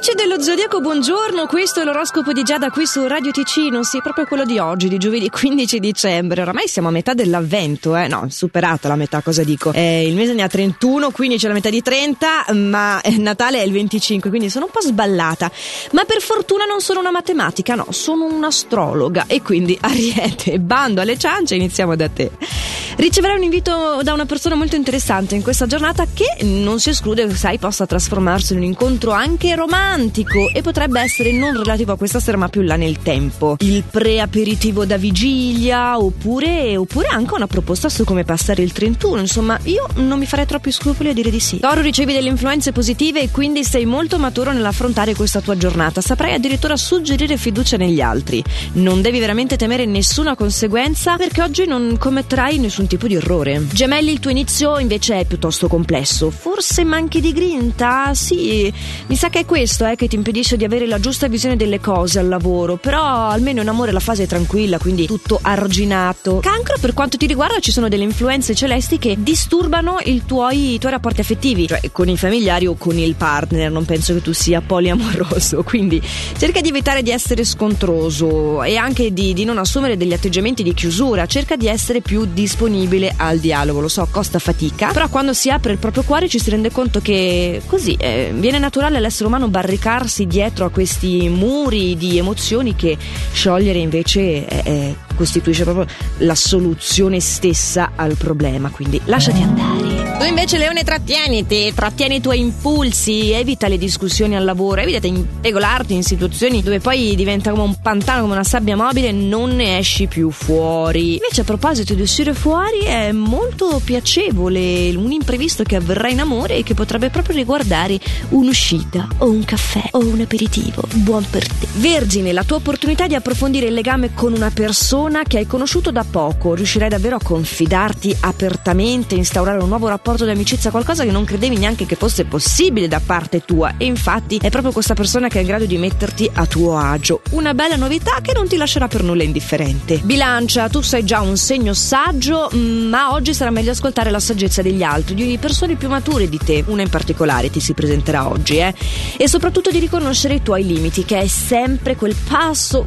Amici dello Zodiaco, buongiorno, questo è l'oroscopo di Giada qui su Radio Ticino, sì, proprio quello di oggi, di giovedì 15 dicembre, oramai siamo a metà dell'avvento, no, superata la metà, cosa dico, il mese ne ha 31, quindi c'è la metà di 30, ma Natale è il 25, quindi sono un po' sballata, ma per fortuna non sono una matematica, no, sono un'astrologa e quindi Ariete, bando alle ciance, iniziamo da te. Riceverai un invito da una persona molto interessante in questa giornata che non si esclude, sai, possa trasformarsi in un incontro anche romantico e potrebbe essere non relativo a questa sera ma più là nel tempo. Il pre-aperitivo da vigilia oppure anche una proposta su come passare il 31, insomma io non mi farei troppi scrupoli a dire di sì. Toro, ricevi delle influenze positive e quindi sei molto maturo nell'affrontare questa tua giornata, saprai addirittura suggerire fiducia negli altri, non devi veramente temere nessuna conseguenza perché oggi non commetterai nessun tipo di errore. Gemelli, il tuo inizio invece è piuttosto complesso, forse manchi di grinta? Sì, mi sa che è questo che ti impedisce di avere la giusta visione delle cose al lavoro, però almeno in amore la fase è tranquilla, quindi tutto arginato. Cancro, per quanto ti riguarda ci sono delle influenze celesti che disturbano i tuoi rapporti affettivi, cioè con i familiari o con il partner, non penso che tu sia poliamoroso, quindi cerca di evitare di essere scontroso e anche di non assumere degli atteggiamenti di chiusura, cerca di essere più disponibile al dialogo, lo so, costa fatica, però quando si apre il proprio cuore ci si rende conto che così viene naturale all'essere umano barricarsi dietro a questi muri di emozioni che sciogliere invece costituisce proprio la soluzione stessa al problema, quindi lasciati andare. Tu invece, Leone, trattieni i tuoi impulsi, evita le discussioni al lavoro, evita di impegolarti in situazioni dove poi diventa come un pantano, come una sabbia mobile e non ne esci più fuori. Invece, a proposito di uscire fuori, è molto piacevole un imprevisto che avverrà in amore e che potrebbe proprio riguardare un'uscita o un caffè o un aperitivo. Buon per te. Vergine, la tua opportunità di approfondire il legame con una persona che hai conosciuto da poco, riuscirai davvero a confidarti apertamente, instaurare un nuovo rapporto di amicizia, qualcosa che non credevi neanche che fosse possibile da parte tua, e infatti è proprio questa persona che è in grado di metterti a tuo agio, una bella novità che non ti lascerà per nulla indifferente. Bilancia, tu sei già un segno saggio, ma oggi sarà meglio ascoltare la saggezza degli altri, di persone più mature di te, una in particolare ti si presenterà oggi, e soprattutto di riconoscere i tuoi limiti, che è sempre quel passo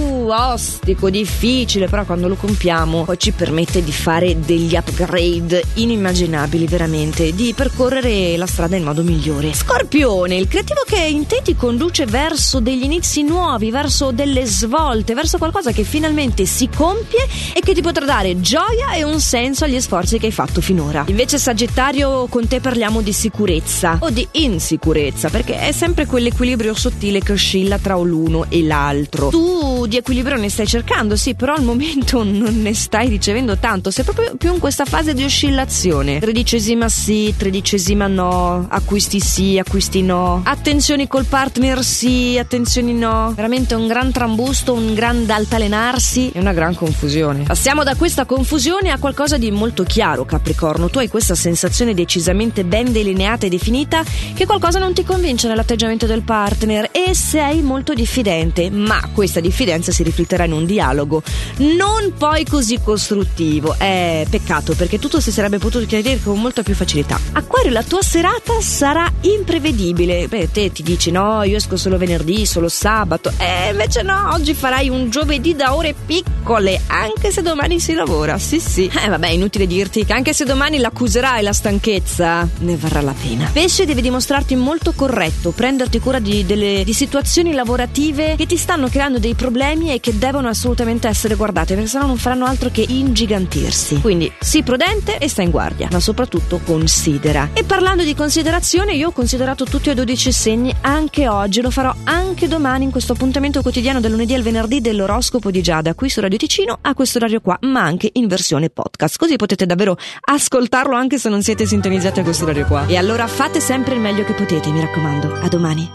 ostico, difficile, però quando lo compiamo poi ci permette di fare degli upgrade inimmaginabili, veramente, di percorrere la strada in modo migliore. Scorpione, il creativo che in te ti conduce verso degli inizi nuovi, verso delle svolte, verso qualcosa che finalmente si compie e che ti potrà dare gioia e un senso agli sforzi che hai fatto finora. Invece, Sagittario, con te parliamo di sicurezza o di insicurezza, perché è sempre quell'equilibrio sottile che oscilla tra l'uno e l'altro. Tu di equilibrio ne stai cercando, sì, però al momento non ne stai ricevendo tanto, sei proprio più in questa fase di oscillazione, 13esima sì, 13esima no, acquisti sì, acquisti no, attenzioni col partner sì, attenzioni no, veramente un gran trambusto, un gran altalenarsi e una gran confusione. Passiamo da questa confusione a qualcosa di molto chiaro, Capricorno. Tu hai questa sensazione decisamente ben delineata e definita che qualcosa non ti convince nell'atteggiamento del partner e sei molto diffidente, ma questa diffidenza si rifletterà in un dialogo non poi così costruttivo. Peccato, perché tutto si sarebbe potuto chiarire con molta più facilità. Acquario, la tua serata sarà imprevedibile. Te ti dici no, io esco solo venerdì, solo sabato, invece no, oggi farai un giovedì da ore piccole, anche se domani si lavora, sì. Vabbè, inutile dirti che anche se domani l'accuserai la stanchezza, ne varrà la pena. Pesce, devi dimostrarti molto corretto, prenderti cura di situazioni lavorative che ti stanno creando dei problemi e che devono assolutamente essere guardate, perché sennò non faranno altro che ingigantirsi. Quindi sii prudente e stai in guardia, ma soprattutto considera. E parlando di considerazione, io ho considerato tutti e 12 segni anche oggi, lo farò anche domani in questo appuntamento quotidiano del lunedì al venerdì dell'oroscopo di Giada qui su Radio Ticino a questo orario qua, ma anche in versione podcast, così potete davvero ascoltarlo anche se non siete sintonizzati a questo orario qua. E allora fate sempre il meglio che potete, mi raccomando. A domani.